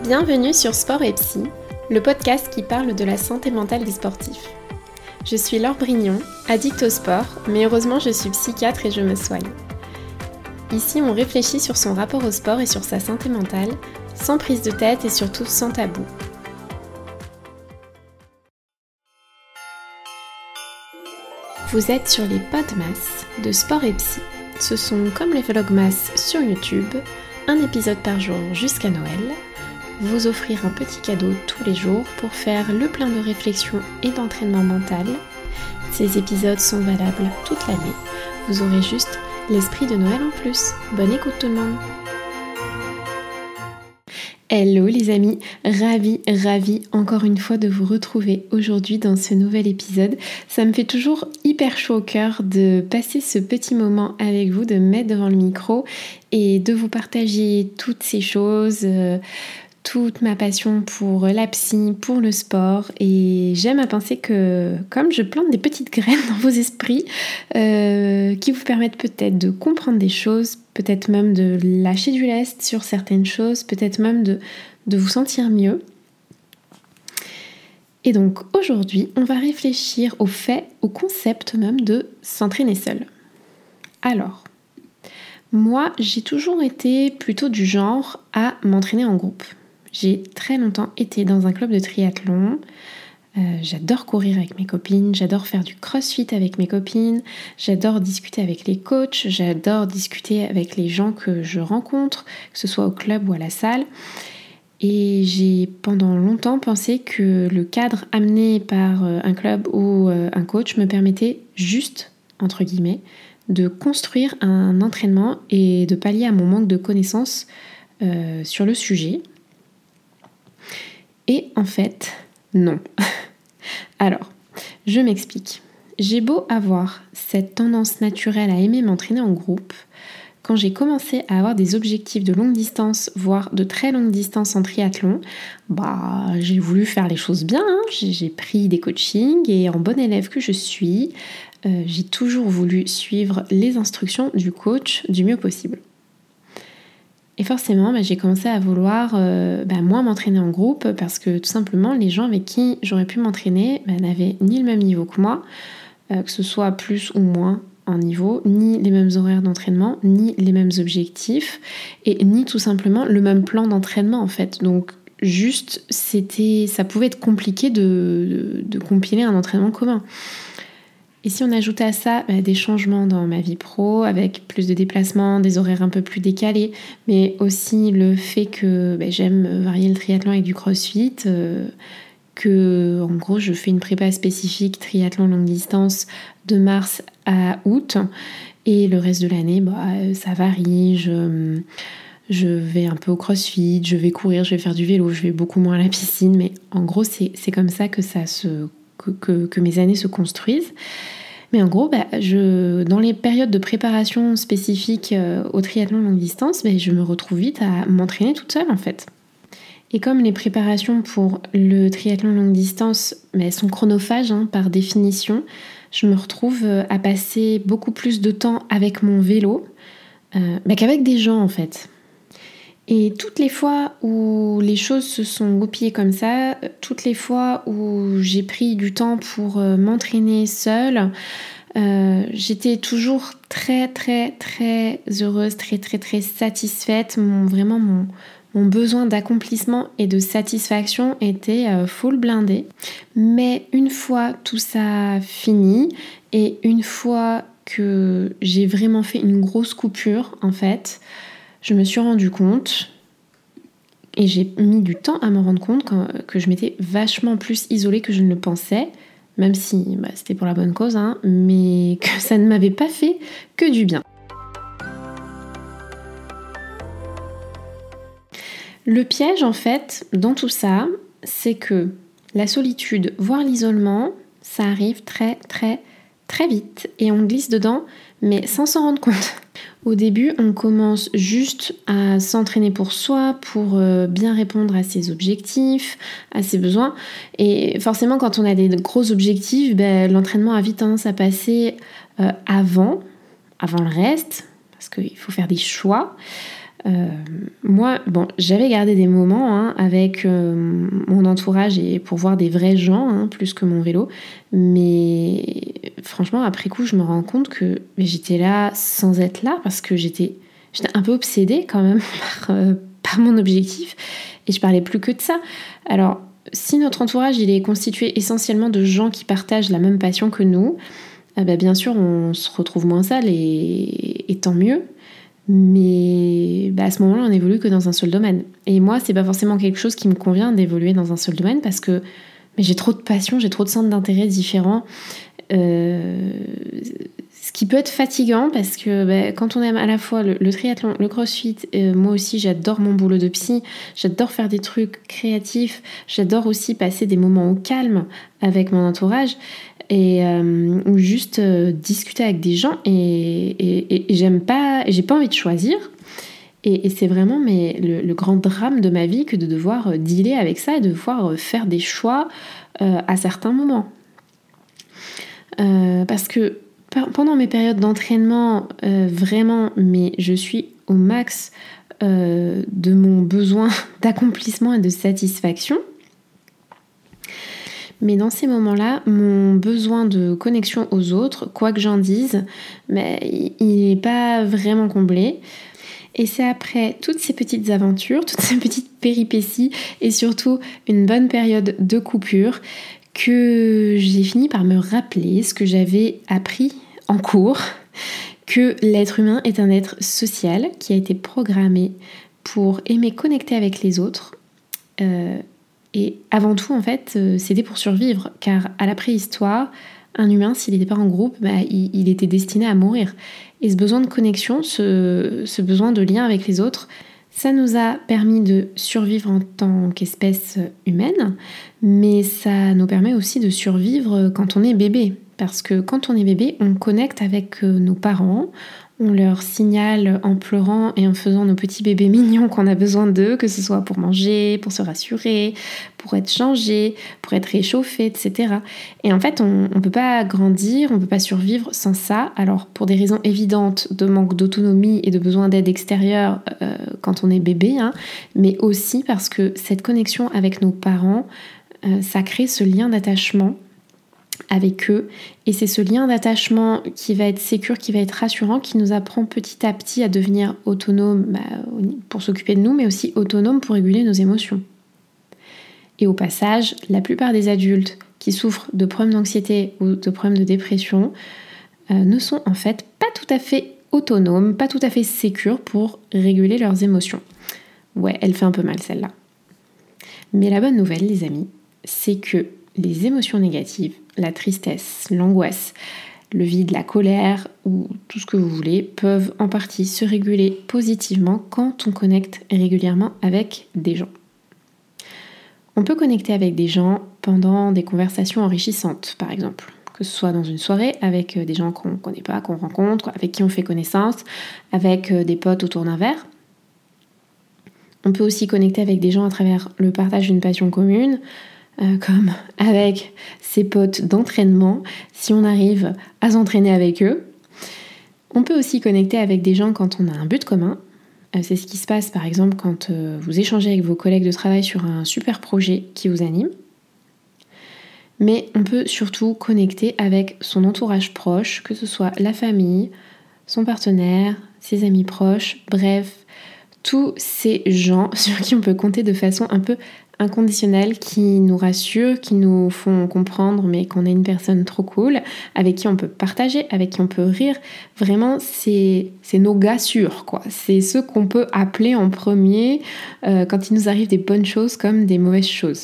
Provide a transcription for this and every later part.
Bienvenue sur Sport et Psy, le podcast qui parle de la santé mentale des sportifs. Je suis Laure Brignon, addicte au sport, mais heureusement je suis psychiatre et je me soigne. Ici, on réfléchit sur son rapport au sport et sur sa santé mentale, sans prise de tête et surtout sans tabou. Vous êtes sur les Podmas de Sport et Psy. Ce sont comme les Vlogmas sur YouTube, un épisode par jour jusqu'à Noël, vous offrir un petit cadeau tous les jours pour faire le plein de réflexion et d'entraînement mental. Ces épisodes sont valables toute l'année. Vous aurez juste l'esprit de Noël en plus. Bonne écoute tout le monde. Hello les amis, ravie encore une fois de vous retrouver aujourd'hui dans ce nouvel épisode. Ça me fait toujours hyper chaud au cœur de passer ce petit moment avec vous, de me mettre devant le micro et de vous partager toutes ces choses, toute ma passion pour la psy, pour le sport, et j'aime à penser que comme je plante des petites graines dans vos esprits qui vous permettent peut-être de comprendre des choses, peut-être même de lâcher du lest sur certaines choses, peut-être même de vous sentir mieux. Et donc aujourd'hui, on va réfléchir au concept même de s'entraîner seul. Alors, moi, j'ai toujours été plutôt du genre à m'entraîner en groupe. J'ai très longtemps été dans un club de triathlon. J'adore courir avec mes copines, j'adore faire du crossfit avec mes copines, j'adore discuter avec les coachs, j'adore discuter avec les gens que je rencontre, que ce soit au club ou à la salle. Et j'ai pendant longtemps pensé que le cadre amené par un club ou un coach me permettait juste, entre guillemets, de construire un entraînement et de pallier à mon manque de connaissances sur le sujet. Et en fait, non. Alors, je m'explique. J'ai beau avoir cette tendance naturelle à aimer m'entraîner en groupe, quand j'ai commencé à avoir des objectifs de longue distance, voire de très longue distance en triathlon, j'ai voulu faire les choses bien. J'ai pris des coachings et en bonne élève que je suis, j'ai toujours voulu suivre les instructions du coach du mieux possible. Et forcément, j'ai commencé à vouloir moins m'entraîner en groupe parce que tout simplement, les gens avec qui j'aurais pu m'entraîner n'avaient ni le même niveau que moi, que ce soit plus ou moins en niveau, ni les mêmes horaires d'entraînement, ni les mêmes objectifs, et ni tout simplement le même plan d'entraînement en fait. Donc juste, ça pouvait être compliqué de compiler un entraînement commun. Et si on ajoute à ça des changements dans ma vie pro, avec plus de déplacements, des horaires un peu plus décalés, mais aussi le fait que j'aime varier le triathlon avec du crossfit, que en gros je fais une prépa spécifique triathlon longue distance de mars à août, et le reste de l'année ça varie, je vais un peu au crossfit, je vais courir, je vais faire du vélo, je vais beaucoup moins à la piscine, mais en gros c'est comme ça que mes années se construisent. Mais en gros, dans les périodes de préparation spécifiques au triathlon longue distance, je me retrouve vite à m'entraîner toute seule en fait. Et comme les préparations pour le triathlon longue distance sont chronophages par définition, je me retrouve à passer beaucoup plus de temps avec mon vélo qu'avec des gens en fait. Et toutes les fois où les choses se sont goupillées comme ça, toutes les fois où j'ai pris du temps pour m'entraîner seule, j'étais toujours très très très heureuse, très très très satisfaite. Mon besoin d'accomplissement et de satisfaction était full blindé. Mais une fois tout ça fini et une fois que j'ai vraiment fait une grosse coupure en fait, je me suis rendu compte, et j'ai mis du temps à me rendre compte que je m'étais vachement plus isolée que je ne le pensais, même si c'était pour la bonne cause, mais que ça ne m'avait pas fait que du bien. Le piège en fait dans tout ça, c'est que la solitude, voire l'isolement, ça arrive très très très vite et on glisse dedans, mais sans s'en rendre compte. Au début, on commence juste à s'entraîner pour soi, pour bien répondre à ses objectifs, à ses besoins. Et forcément, quand on a des gros objectifs, l'entraînement a vite tendance à passer avant le reste, parce qu'il faut faire des choix. Moi, j'avais gardé des moments avec mon entourage et pour voir des vrais gens, plus que mon vélo. Mais franchement, après coup, je me rends compte que j'étais là sans être là parce que j'étais un peu obsédée quand même par mon objectif et je parlais plus que de ça. Alors, si notre entourage il est constitué essentiellement de gens qui partagent la même passion que nous, bien sûr, on se retrouve moins seul et tant mieux. Mais à ce moment-là, on n'évolue que dans un seul domaine. Et moi, c'est pas forcément quelque chose qui me convient d'évoluer dans un seul domaine parce que j'ai trop de passion, j'ai trop de centres d'intérêt différents. Ce qui peut être fatigant parce que quand on aime à la fois le triathlon, le crossfit, moi aussi j'adore mon boulot de psy, j'adore faire des trucs créatifs, j'adore aussi passer des moments au calme avec mon entourage ou juste discuter avec des gens et j'ai pas envie de choisir. Et c'est vraiment le grand drame de ma vie que de devoir dealer avec ça et de devoir faire des choix à certains moments. Parce que pendant mes périodes d'entraînement, vraiment, mais je suis au max de mon besoin d'accomplissement et de satisfaction. Mais dans ces moments-là, mon besoin de connexion aux autres, quoi que j'en dise, il n'est pas vraiment comblé. Et c'est après toutes ces petites aventures, toutes ces petites péripéties et surtout une bonne période de coupure que j'ai fini par me rappeler ce que j'avais appris en cours, que l'être humain est un être social qui a été programmé pour aimer connecter avec les autres. Et avant tout, en fait, c'était pour survivre, car à la préhistoire, un humain, s'il n'était pas en groupe, il était destiné à mourir. Et ce besoin de connexion, ce besoin de lien avec les autres, ça nous a permis de survivre en tant qu'espèce humaine, mais ça nous permet aussi de survivre quand on est bébé. Parce que quand on est bébé, on connecte avec nos parents, on leur signale en pleurant et en faisant nos petits bébés mignons qu'on a besoin d'eux, que ce soit pour manger, pour se rassurer, pour être changé, pour être réchauffé, etc. Et en fait, on ne peut pas grandir, on ne peut pas survivre sans ça. Alors, pour des raisons évidentes de manque d'autonomie et de besoin d'aide extérieure quand on est bébé, mais aussi parce que cette connexion avec nos parents, ça crée ce lien d'attachement avec eux, et c'est ce lien d'attachement qui va être sécure, qui va être rassurant, qui nous apprend petit à petit à devenir autonome pour s'occuper de nous, mais aussi autonome pour réguler nos émotions. Et au passage, la plupart des adultes qui souffrent de problèmes d'anxiété ou de problèmes de dépression ne sont en fait pas tout à fait autonomes, pas tout à fait sécures pour réguler leurs émotions. Ouais, elle fait un peu mal celle-là. Mais la bonne nouvelle, les amis, c'est que les émotions négatives, la tristesse, l'angoisse, le vide, la colère ou tout ce que vous voulez peuvent en partie se réguler positivement quand on connecte régulièrement avec des gens. On peut connecter avec des gens pendant des conversations enrichissantes, par exemple, que ce soit dans une soirée avec des gens qu'on ne connaît pas, qu'on rencontre, avec qui on fait connaissance, avec des potes autour d'un verre. On peut aussi connecter avec des gens à travers le partage d'une passion commune, comme avec ses potes d'entraînement, si on arrive à s'entraîner avec eux. On peut aussi connecter avec des gens quand on a un but commun. C'est ce qui se passe par exemple quand vous échangez avec vos collègues de travail sur un super projet qui vous anime. Mais on peut surtout connecter avec son entourage proche, que ce soit la famille, son partenaire, ses amis proches, bref, tous ces gens sur qui on peut compter de façon un peu inconditionnelle, qui nous rassurent, qui nous font comprendre mais qu'on est une personne trop cool, avec qui on peut partager, avec qui on peut rire. Vraiment, c'est nos gars sûrs, quoi. C'est ceux qu'on peut appeler en premier quand il nous arrive des bonnes choses comme des mauvaises choses.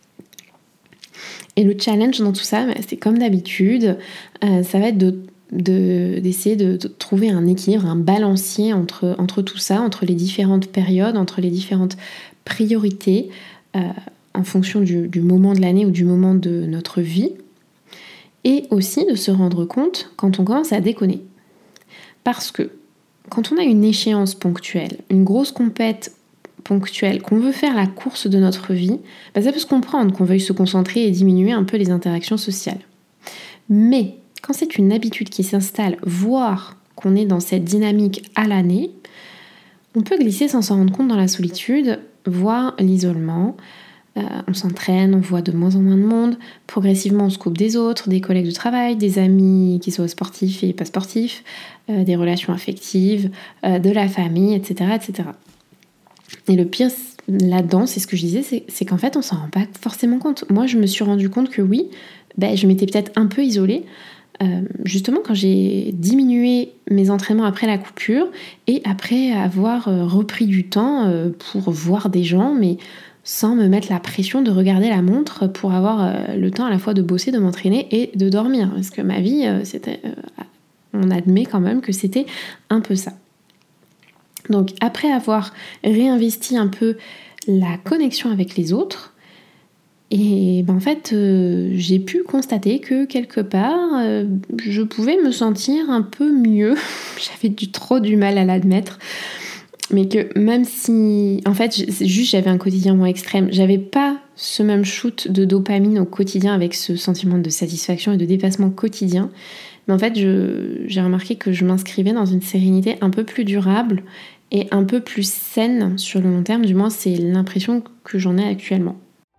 Et le challenge dans tout ça, c'est comme d'habitude, ça va être d'essayer de trouver un équilibre, un balancier entre tout ça, entre les différentes périodes, entre les différentes priorités, en fonction du moment de l'année ou du moment de notre vie, et aussi de se rendre compte quand on commence à déconner. Parce que quand on a une échéance ponctuelle, une grosse compète ponctuelle, qu'on veut faire la course de notre vie, ça peut se comprendre qu'on veuille se concentrer et diminuer un peu les interactions sociales. Mais quand c'est une habitude qui s'installe, voire qu'on est dans cette dynamique à l'année, On peut glisser sans s'en rendre compte dans la solitude, voire l'isolement. On s'entraîne, on voit de moins en moins de monde. Progressivement, on se coupe des autres, des collègues de travail, des amis qui soient sportifs et pas sportifs, des relations affectives, de la famille, etc., etc. Et le pire là-dedans, c'est ce que je disais, c'est qu'en fait, on s'en rend pas forcément compte. Moi, je me suis rendu compte que oui, je m'étais peut-être un peu isolée, justement quand j'ai diminué mes entraînements après la coupure et après avoir repris du temps pour voir des gens, mais sans me mettre la pression de regarder la montre pour avoir le temps à la fois de bosser, de m'entraîner et de dormir. Parce que ma vie, on admet quand même que c'était un peu ça. Donc après avoir réinvesti un peu la connexion avec les autres, et en fait j'ai pu constater que quelque part je pouvais me sentir un peu mieux. J'avais trop du mal à l'admettre, mais que même si en fait j'avais un quotidien moins extrême, j'avais pas ce même shoot de dopamine au quotidien avec ce sentiment de satisfaction et de dépassement quotidien, mais en fait j'ai remarqué que je m'inscrivais dans une sérénité un peu plus durable et un peu plus saine sur le long terme, du moins c'est l'impression que j'en ai actuellement.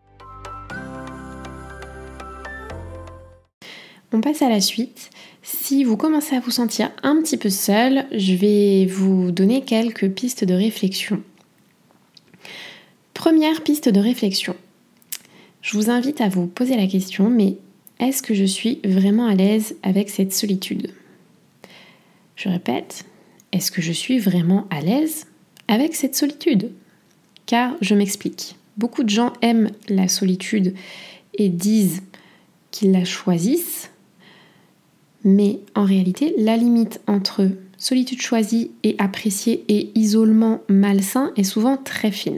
On passe à la suite. Si vous commencez à vous sentir un petit peu seul, je vais vous donner quelques pistes de réflexion. Première piste de réflexion. Je vous invite à vous poser la question, mais est-ce que je suis vraiment à l'aise avec cette solitude ? Je répète, est-ce que je suis vraiment à l'aise avec cette solitude ? Car je m'explique. Beaucoup de gens aiment la solitude et disent qu'ils la choisissent, mais en réalité, la limite entre solitude choisie et appréciée et isolement malsain est souvent très fine.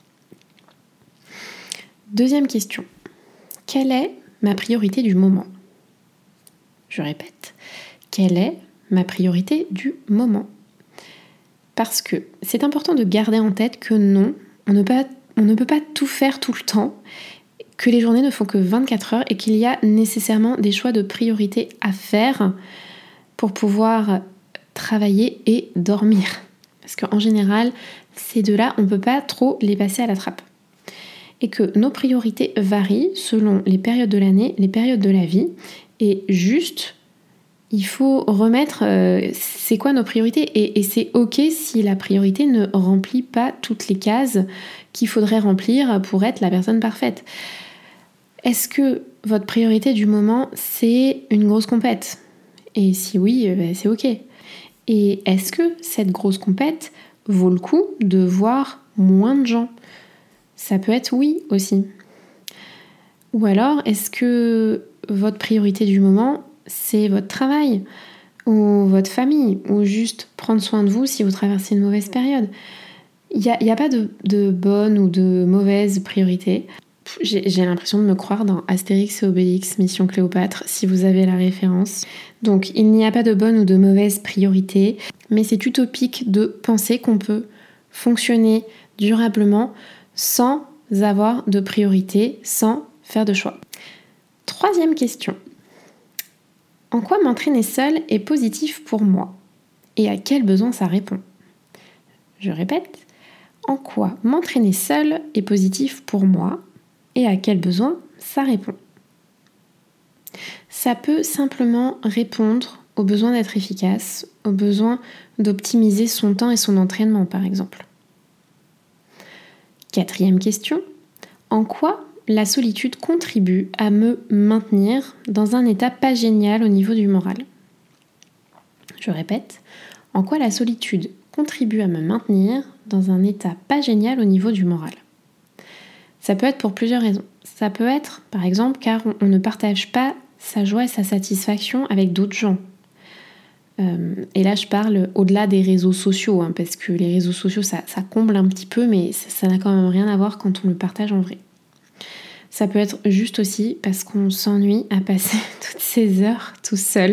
Deuxième question. Quelle est ma priorité du moment ? Je répète, quelle est ma priorité du moment ? Parce que c'est important de garder en tête que non, on ne peut pas tout faire tout le temps, que les journées ne font que 24 heures et qu'il y a nécessairement des choix de priorité à faire pour pouvoir travailler et dormir. Parce qu'en général, ces deux-là, on ne peut pas trop les passer à la trappe. Et que nos priorités varient selon les périodes de l'année, les périodes de la vie. Et juste, il faut remettre c'est quoi nos priorités. Et c'est ok si la priorité ne remplit pas toutes les cases qu'il faudrait remplir pour être la personne parfaite. Est-ce que votre priorité du moment, c'est une grosse compète ? Et si oui, c'est ok. Et est-ce que cette grosse compète vaut le coup de voir moins de gens ? Ça peut être oui aussi. Ou alors, est-ce que votre priorité du moment, c'est votre travail ou votre famille ou juste prendre soin de vous si vous traversez une mauvaise période ? Il n'y a pas de bonne ou de mauvaise priorité. J'ai l'impression de me croire dans Astérix et Obélix, Mission Cléopâtre, si vous avez la référence. Donc, il n'y a pas de bonne ou de mauvaise priorité, mais c'est utopique de penser qu'on peut fonctionner durablement sans avoir de priorité, sans faire de choix. Troisième question. En quoi m'entraîner seule est positif pour moi ? Et à quel besoin ça répond ? Je répète, en quoi m'entraîner seule est positif pour moi ? Et à quel besoin ça répond ? Ça peut simplement répondre au besoin d'être efficace, au besoin d'optimiser son temps et son entraînement par exemple. Quatrième question, en quoi la solitude contribue à me maintenir dans un état pas génial au niveau du moral ? Je répète, en quoi la solitude contribue à me maintenir dans un état pas génial au niveau du moral ? Ça peut être pour plusieurs raisons. Ça peut être, par exemple, car on ne partage pas sa joie et sa satisfaction avec d'autres gens. Et là, je parle au-delà des réseaux sociaux, parce que les réseaux sociaux, ça comble un petit peu, mais ça n'a quand même rien à voir quand on le partage en vrai. Ça peut être juste aussi parce qu'on s'ennuie à passer toutes ces heures tout seul.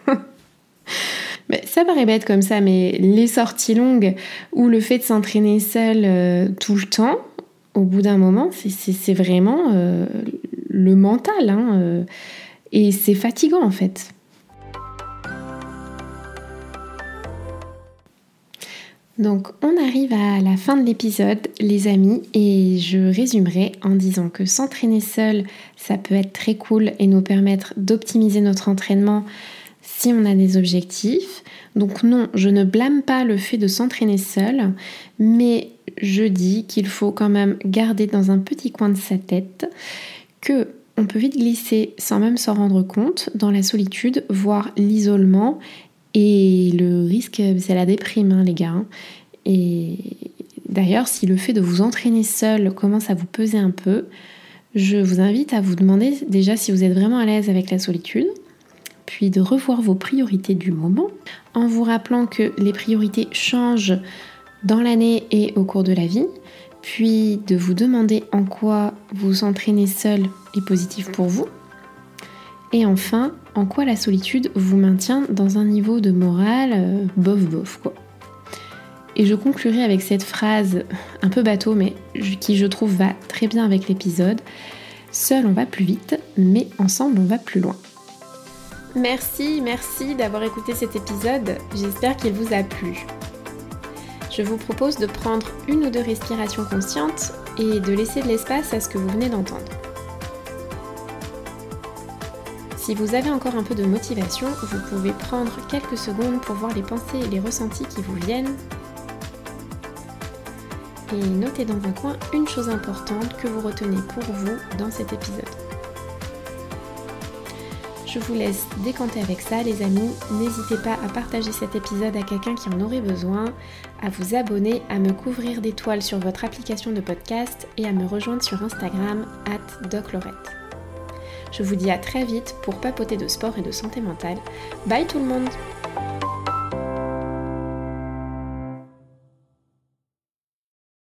Ça paraît bête comme ça, mais les sorties longues ou le fait de s'entraîner seul tout le temps, au bout d'un moment, c'est vraiment le mental. Et c'est fatigant en fait. Donc on arrive à la fin de l'épisode les amis et je résumerai en disant que s'entraîner seul ça peut être très cool et nous permettre d'optimiser notre entraînement si on a des objectifs. Donc non, je ne blâme pas le fait de s'entraîner seul, mais je dis qu'il faut quand même garder dans un petit coin de sa tête que on peut vite glisser sans même s'en rendre compte dans la solitude, voire l'isolement. Et le risque, c'est la déprime, les gars. Et d'ailleurs, si le fait de vous entraîner seul commence à vous peser un peu, je vous invite à vous demander déjà si vous êtes vraiment à l'aise avec la solitude, puis de revoir vos priorités du moment, en vous rappelant que les priorités changent dans l'année et au cours de la vie, puis de vous demander en quoi vous entraîner seul est positif pour vous. Et enfin, en quoi la solitude vous maintient dans un niveau de morale bof quoi. Et je conclurai avec cette phrase un peu bateau, mais qui je trouve va très bien avec l'épisode. Seul on va plus vite, mais ensemble on va plus loin. Merci d'avoir écouté cet épisode, j'espère qu'il vous a plu. Je vous propose de prendre 1 ou 2 respirations conscientes et de laisser de l'espace à ce que vous venez d'entendre. Si vous avez encore un peu de motivation, vous pouvez prendre quelques secondes pour voir les pensées et les ressentis qui vous viennent. Et notez dans un coin une chose importante que vous retenez pour vous dans cet épisode. Je vous laisse décanter avec ça les amis, n'hésitez pas à partager cet épisode à quelqu'un qui en aurait besoin, à vous abonner, à me couvrir d'étoiles sur votre application de podcast et à me rejoindre sur Instagram @doclorette. Je vous dis à très vite pour papoter de sport et de santé mentale. Bye tout le monde!